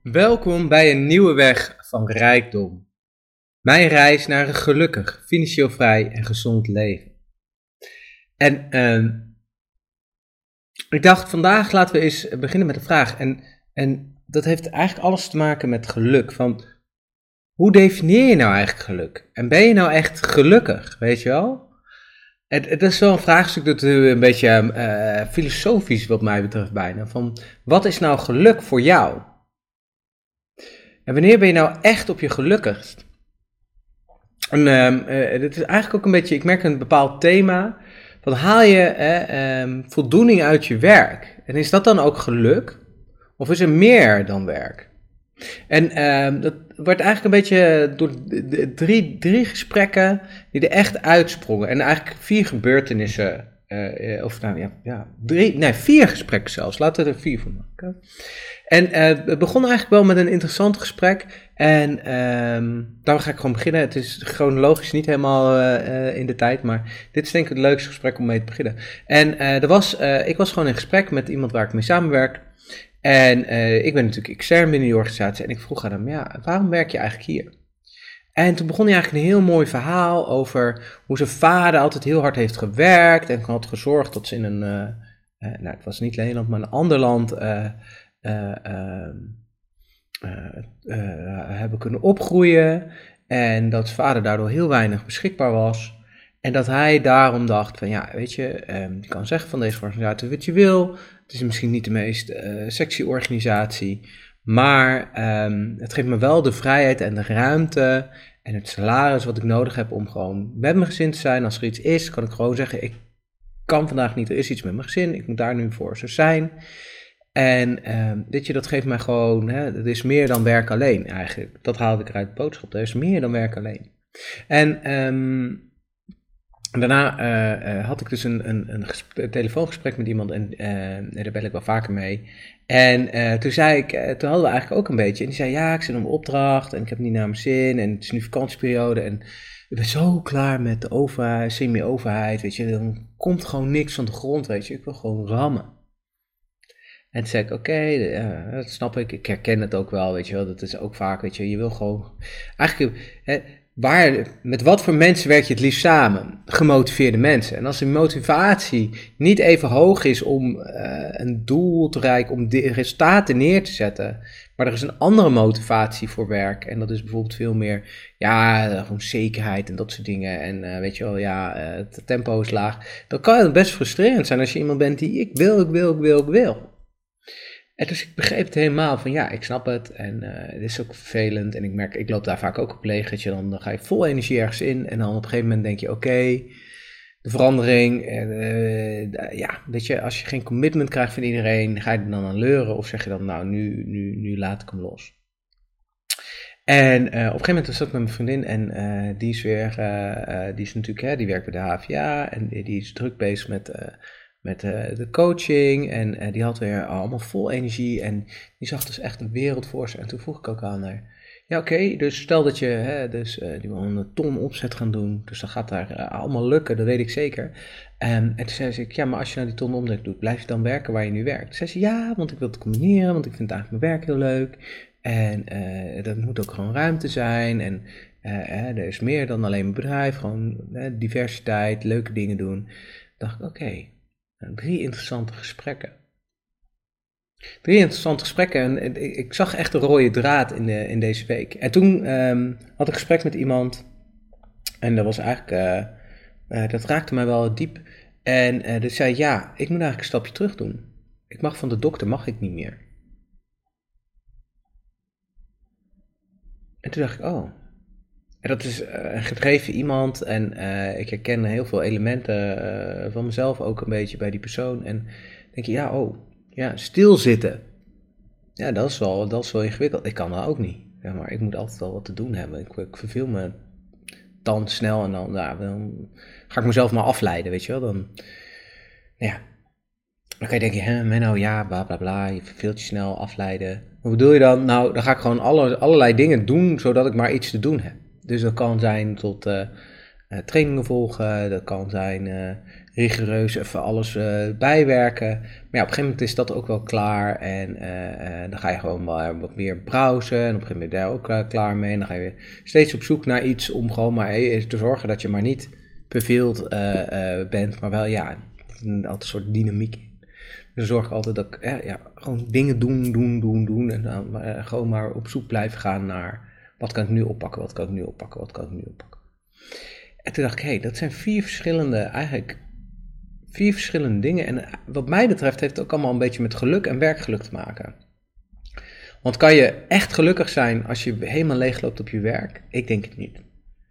Welkom bij een nieuwe weg van rijkdom. Mijn reis naar een gelukkig, financieel vrij en gezond leven. En ik dacht vandaag laten we eens beginnen met een vraag. En dat heeft eigenlijk alles te maken met geluk. Van, hoe definieer je nou eigenlijk geluk? En ben je nou echt gelukkig, weet je wel? Het is wel een vraagstuk dat een beetje filosofisch wat mij betreft bijna. Van, wat is nou geluk voor jou? En wanneer ben je nou echt op je gelukkigst? En dit is eigenlijk ook een beetje, ik merk een bepaald thema. Van haal je voldoening uit je werk? En is dat dan ook geluk? Of is er meer dan werk? En dat wordt eigenlijk een beetje door drie gesprekken die er echt uitsprongen. En eigenlijk 4 gebeurtenissen. Vier gesprekken zelfs. Laten we er 4 van maken. En het begon eigenlijk wel met een interessant gesprek. En daar ga ik gewoon beginnen. Het is chronologisch niet helemaal in de tijd. Maar dit is denk ik het leukste gesprek om mee te beginnen. En ik was gewoon in gesprek met iemand waar ik mee samenwerk. En ik ben natuurlijk extern binnen die organisatie. En ik vroeg aan hem, ja, waarom werk je eigenlijk hier? En toen begon hij eigenlijk een heel mooi verhaal over hoe zijn vader altijd heel hard heeft gewerkt. En had gezorgd dat ze in het was niet Nederland, maar een ander land hebben kunnen opgroeien. En dat zijn vader daardoor heel weinig beschikbaar was. En dat hij daarom dacht van, ja, weet je, je kan zeggen van deze organisatie wat je wil. Het is misschien niet de meest sexy organisatie. Maar het geeft me wel de vrijheid en de ruimte en het salaris wat ik nodig heb om gewoon met mijn gezin te zijn. Als er iets is, kan ik gewoon zeggen, ik kan vandaag niet, er is iets met mijn gezin, ik moet daar nu voor zo zijn. En dat geeft mij gewoon, het is meer dan werk alleen eigenlijk. Dat haalde ik eruit de boodschap, er is meer dan werk alleen. En daarna had ik dus een telefoongesprek met iemand en daar bel ik wel vaker mee. En toen hadden we eigenlijk ook een beetje, en die zei, ja, ik zit op een opdracht en ik heb niet naar mijn zin en het is nu vakantieperiode en ik ben zo klaar met de overheid, semi-overheid, weet je, dan komt gewoon niks van de grond, weet je, ik wil gewoon rammen. En toen zei ik, oké, dat snap ik herken het ook wel, weet je wel, dat is ook vaak, weet je wil gewoon, eigenlijk, met wat voor mensen werk je het liefst samen? Gemotiveerde mensen. En als de motivatie niet even hoog is om een doel te bereiken, om de resultaten neer te zetten, maar er is een andere motivatie voor werk, en dat is bijvoorbeeld veel meer, gewoon zekerheid en dat soort dingen, en weet je wel, het tempo is laag, dan kan het best frustrerend zijn als je iemand bent die ik wil. En dus ik begreep het helemaal van ik snap het en het is ook vervelend en ik loop daar vaak ook op leeg, dan ga je vol energie ergens in en dan op een gegeven moment denk je oké, de verandering, weet je, als je geen commitment krijgt van iedereen, ga je er dan aan leuren of zeg je dan nou nu laat ik hem los. En op een gegeven moment was ik met mijn vriendin en die is natuurlijk, die werkt bij de HVA en die is druk bezig met de coaching en die had weer allemaal vol energie en die zag dus echt een wereld voor ze. En toen vroeg ik ook aan haar, ja oké, dus stel dat je, die wil een ton opzet gaan doen, dus dat gaat daar allemaal lukken, dat weet ik zeker. En toen zei ze, ja maar als je nou die ton omzet doet, blijf je dan werken waar je nu werkt? Toen zei ze, ja, want ik wil het combineren, want ik vind eigenlijk mijn werk heel leuk en dat moet ook gewoon ruimte zijn en er is meer dan alleen mijn bedrijf, gewoon diversiteit, leuke dingen doen. Toen dacht ik, oké. 3 interessante gesprekken. 3 interessante gesprekken en ik zag echt een rode draad in deze week. En toen had ik een gesprek met iemand en dat was eigenlijk, dat raakte mij wel diep. En dus zei, ja, ik moet eigenlijk een stapje terug doen. Ik mag van de dokter, mag ik niet meer. En toen dacht ik, oh. En dat is een gedreven iemand en ik herken heel veel elementen van mezelf ook een beetje bij die persoon. En denk je, stilzitten. Ja, dat is wel ingewikkeld. Ik kan dat ook niet. Ja, maar ik moet altijd wel wat te doen hebben. Ik verveel me dan snel en dan ga ik mezelf maar afleiden, weet je wel. Dan kan je denken, Menno, bla bla bla, je verveelt je snel, afleiden. Wat bedoel je dan? Nou, dan ga ik gewoon allerlei dingen doen, zodat ik maar iets te doen heb. Dus dat kan zijn tot trainingen volgen, dat kan zijn rigoureus even alles bijwerken. Maar ja, op een gegeven moment is dat ook wel klaar. En dan ga je gewoon maar wat meer browsen. En op een gegeven moment ben je daar ook klaar mee. En dan ga je steeds op zoek naar iets om gewoon maar te zorgen dat je maar niet verveeld bent. Maar wel altijd een soort dynamiek. Dus dan zorg ik altijd dat ik gewoon dingen doen. En dan gewoon maar op zoek blijven gaan naar wat kan ik nu oppakken, wat kan ik nu oppakken. En toen dacht ik, dat zijn 4 verschillende dingen. En wat mij betreft heeft het ook allemaal een beetje met geluk en werkgeluk te maken. Want kan je echt gelukkig zijn als je helemaal leegloopt op je werk? Ik denk het niet.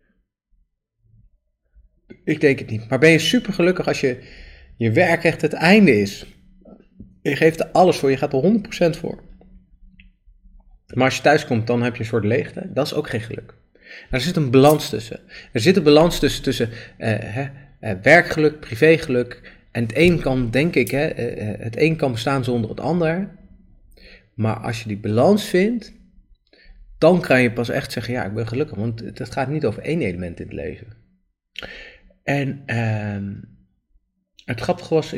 Maar ben je super gelukkig als je werk echt het einde is? Je geeft er alles voor, je gaat er 100% voor. Maar als je thuis komt, dan heb je een soort leegte. Dat is ook geen geluk. Er zit een balans tussen. Er zit een balans tussen werkgeluk, privégeluk. En het een kan, denk ik, het een kan bestaan zonder het ander. Maar als je die balans vindt, dan kan je pas echt zeggen, ik ben gelukkig. Want het gaat niet over één element in het leven. En het grappige was,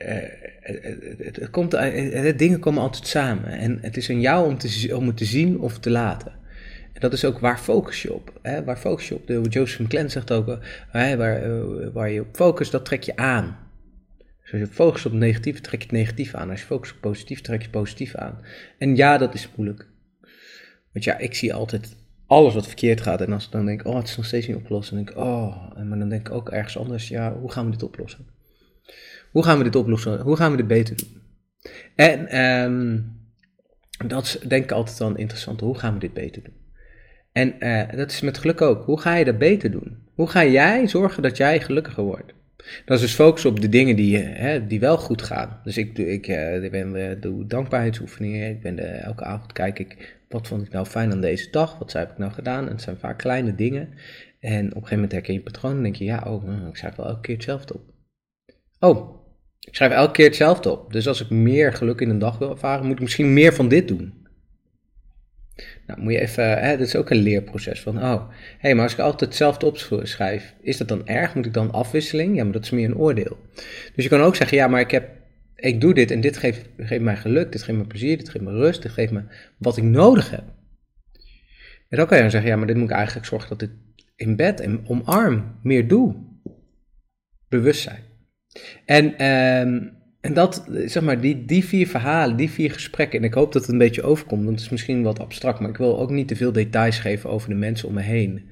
dingen komen altijd samen. En het is aan jou om het te zien of te laten. En dat is ook waar focus je op. Waar focus je op? Joseph McClellan zegt ook, waar je op focust, dat trek je aan. Dus als je focust op het negatieve, trek je het negatief aan. Als je focust op positief, trek je het positief aan. En ja, dat is moeilijk. Want ik zie altijd alles wat verkeerd gaat. En als ik dan denk, het is nog steeds niet opgelost. Dan denk ik, maar dan denk ik ook ergens anders, hoe gaan we dit oplossen? Hoe gaan we dit beter doen? En dat denk ik altijd wel interessant. Hoe gaan we dit beter doen? En dat is met geluk ook. Hoe ga je dat beter doen? Hoe ga jij zorgen dat jij gelukkiger wordt? Dat is dus focus op de dingen die wel goed gaan. Dus ik doe dankbaarheidsoefeningen. Elke avond kijk ik, wat vond ik nou fijn aan deze dag? Wat heb ik nou gedaan? En het zijn vaak kleine dingen. En op een gegeven moment herken je patroon en denk je, ik schrijf wel elke keer hetzelfde op. Ik schrijf elke keer hetzelfde op. Dus als ik meer geluk in een dag wil ervaren, moet ik misschien meer van dit doen. Nou, moet je even, dat is ook een leerproces van, maar als ik altijd hetzelfde opschrijf, is dat dan erg? Moet ik dan afwisseling? Ja, maar dat is meer een oordeel. Dus je kan ook zeggen, maar ik doe dit en dit geeft mij geluk, dit geeft me plezier, dit geeft me rust, dit geeft me wat ik nodig heb. En dan kan je dan zeggen, maar dit moet ik eigenlijk zorgen dat ik in bed en omarm meer doe. Bewustzijn. En dat, zeg maar, die 4 verhalen, die 4 gesprekken, en ik hoop dat het een beetje overkomt, want het is misschien wat abstract, maar ik wil ook niet te veel details geven over de mensen om me heen.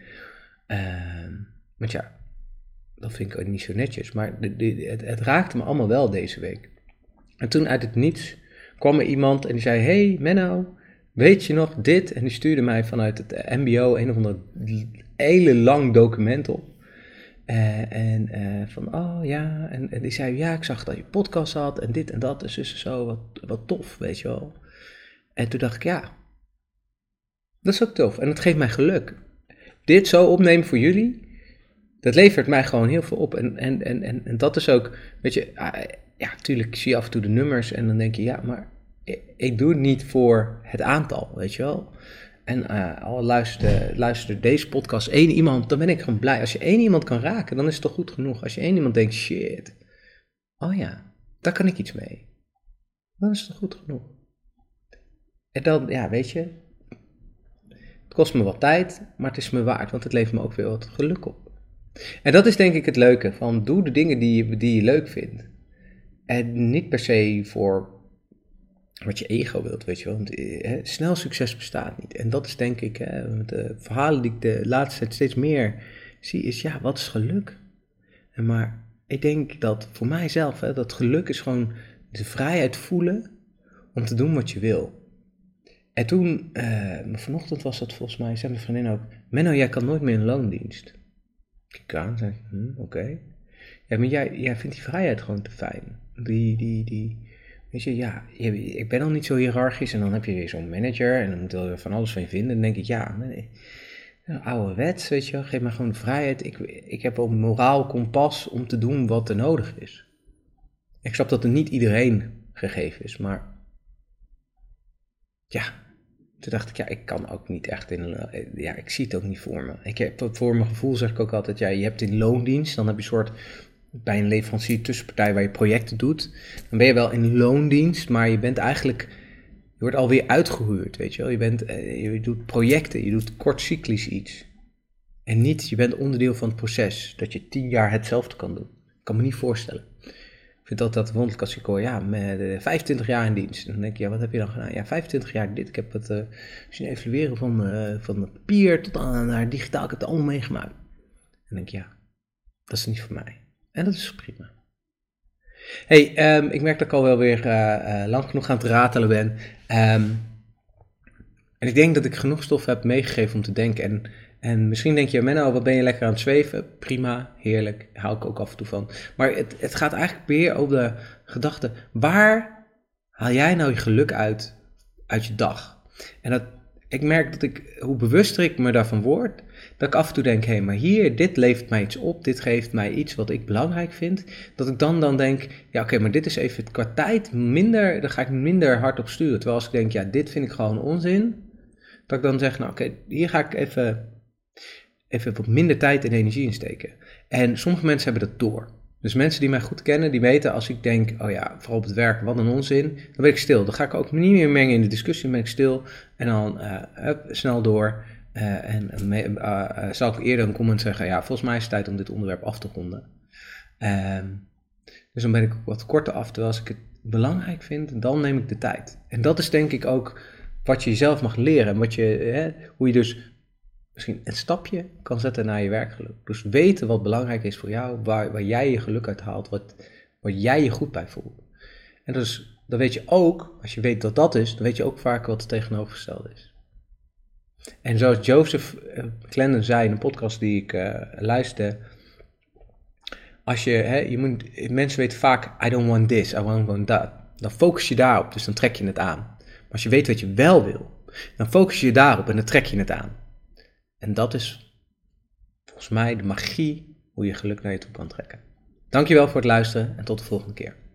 Want dat vind ik ook niet zo netjes, maar het raakte me allemaal wel deze week. En toen uit het niets kwam er iemand en die zei, hey Menno, weet je nog dit? En die stuurde mij vanuit het mbo een of ander hele lang document op. En die zei, ik zag dat je podcast had en dit en dat en zus en zo, wat tof, weet je wel. En toen dacht ik, dat is ook tof en dat geeft mij geluk. Dit zo opnemen voor jullie, dat levert mij gewoon heel veel op. En dat is ook, weet je, natuurlijk zie je af en toe de nummers en dan denk je, maar ik doe het niet voor het aantal, weet je wel. En al luistert deze podcast 1 iemand, dan ben ik gewoon blij. Als je 1 iemand kan raken, dan is het toch goed genoeg. Als je 1 iemand denkt, shit, daar kan ik iets mee. Dan is het toch goed genoeg. En dan, weet je, het kost me wat tijd, maar het is me waard, want het levert me ook weer wat geluk op. En dat is denk ik het leuke, van doe de dingen die je leuk vindt. En niet per se voor wat je ego wilt, weet je wel. Want snel succes bestaat niet. En dat is denk ik, met de verhalen die ik de laatste tijd steeds meer zie, is wat is geluk? Maar ik denk dat voor mijzelf, dat geluk is gewoon de vrijheid voelen om te doen wat je wil. En toen, vanochtend was dat volgens mij, zei mijn vriendin ook, Menno, jij kan nooit meer in loondienst. Kijk aan, zei ik, oké. Ja, maar jij vindt die vrijheid gewoon te fijn. Weet je, ik ben al niet zo hiërarchisch en dan heb je weer zo'n manager en dan moet er van alles van je vinden. En dan denk ik, ouderwets, weet je, geef me gewoon de vrijheid. Ik heb ook een moraal kompas om te doen wat er nodig is. Ik snap dat er niet iedereen gegeven is, maar toen dacht ik, ik kan ook niet echt ik zie het ook niet voor me. Ik heb voor mijn gevoel, zeg ik ook altijd, je hebt in loondienst, dan heb je een soort bij een leverancier tussenpartij waar je projecten doet, dan ben je wel in loondienst, maar je bent eigenlijk, je wordt alweer uitgehuurd, weet je wel. Je doet projecten, je doet kortcyclisch iets. En niet, je bent onderdeel van het proces, dat je 10 jaar hetzelfde kan doen. Ik kan me niet voorstellen. Ik vind dat wonderlijk als ik hoor, ja, met 25 jaar in dienst. En dan denk je, ja, wat heb je dan gedaan? Ja, 25 jaar dit. Ik heb het zien evalueren van papier tot aan naar digitaal. Ik heb het allemaal meegemaakt. En dan denk je, ja, dat is niet voor mij. En dat is prima. Hey, ik merk dat ik al wel weer lang genoeg aan het ratelen ben. En ik denk dat ik genoeg stof heb meegegeven om te denken. En misschien denk je, Menno, wat ben je lekker aan het zweven? Prima, heerlijk, daar hou ik ook af en toe van. Maar het gaat eigenlijk weer over de gedachte, waar haal jij nou je geluk uit je dag? En ik merk dat hoe bewuster ik me daarvan word, dat ik af en toe denk, hé, maar dit levert mij iets op, dit geeft mij iets wat ik belangrijk vind. Dat ik dan denk, ja oké, maar dit is even qua tijd minder, daar ga ik minder hard op sturen. Terwijl als ik denk, ja, dit vind ik gewoon onzin, dat ik dan zeg, nou oké, hier ga ik even wat minder tijd en energie in steken. En sommige mensen hebben dat door. Dus mensen die mij goed kennen, die weten als ik denk, oh ja, vooral op het werk, wat een onzin, dan ben ik stil. Dan ga ik ook niet meer mengen in de discussie, dan ben ik stil en dan snel door. Zal ik eerder een comment zeggen, ja, volgens mij is het tijd om dit onderwerp af te ronden. Dus dan ben ik wat korter af, terwijl als ik het belangrijk vind, dan neem ik de tijd. En dat is denk ik ook wat je jezelf mag leren. Hoe je dus misschien een stapje kan zetten naar je werkgeluk. Dus weten wat belangrijk is voor jou, waar jij je geluk uit haalt, waar jij je goed bij voelt. En dus, dan weet je ook, als je weet dat dat is, dan weet je ook vaak wat het tegenovergestelde is. En zoals Joseph Clendon zei in een podcast die ik luisterde, mensen weten vaak, I don't want this, I want that. Dan focus je daarop, dus dan trek je het aan. Maar als je weet wat je wel wil, dan focus je daarop en dan trek je het aan. En dat is volgens mij de magie hoe je geluk naar je toe kan trekken. Dankjewel voor het luisteren en tot de volgende keer.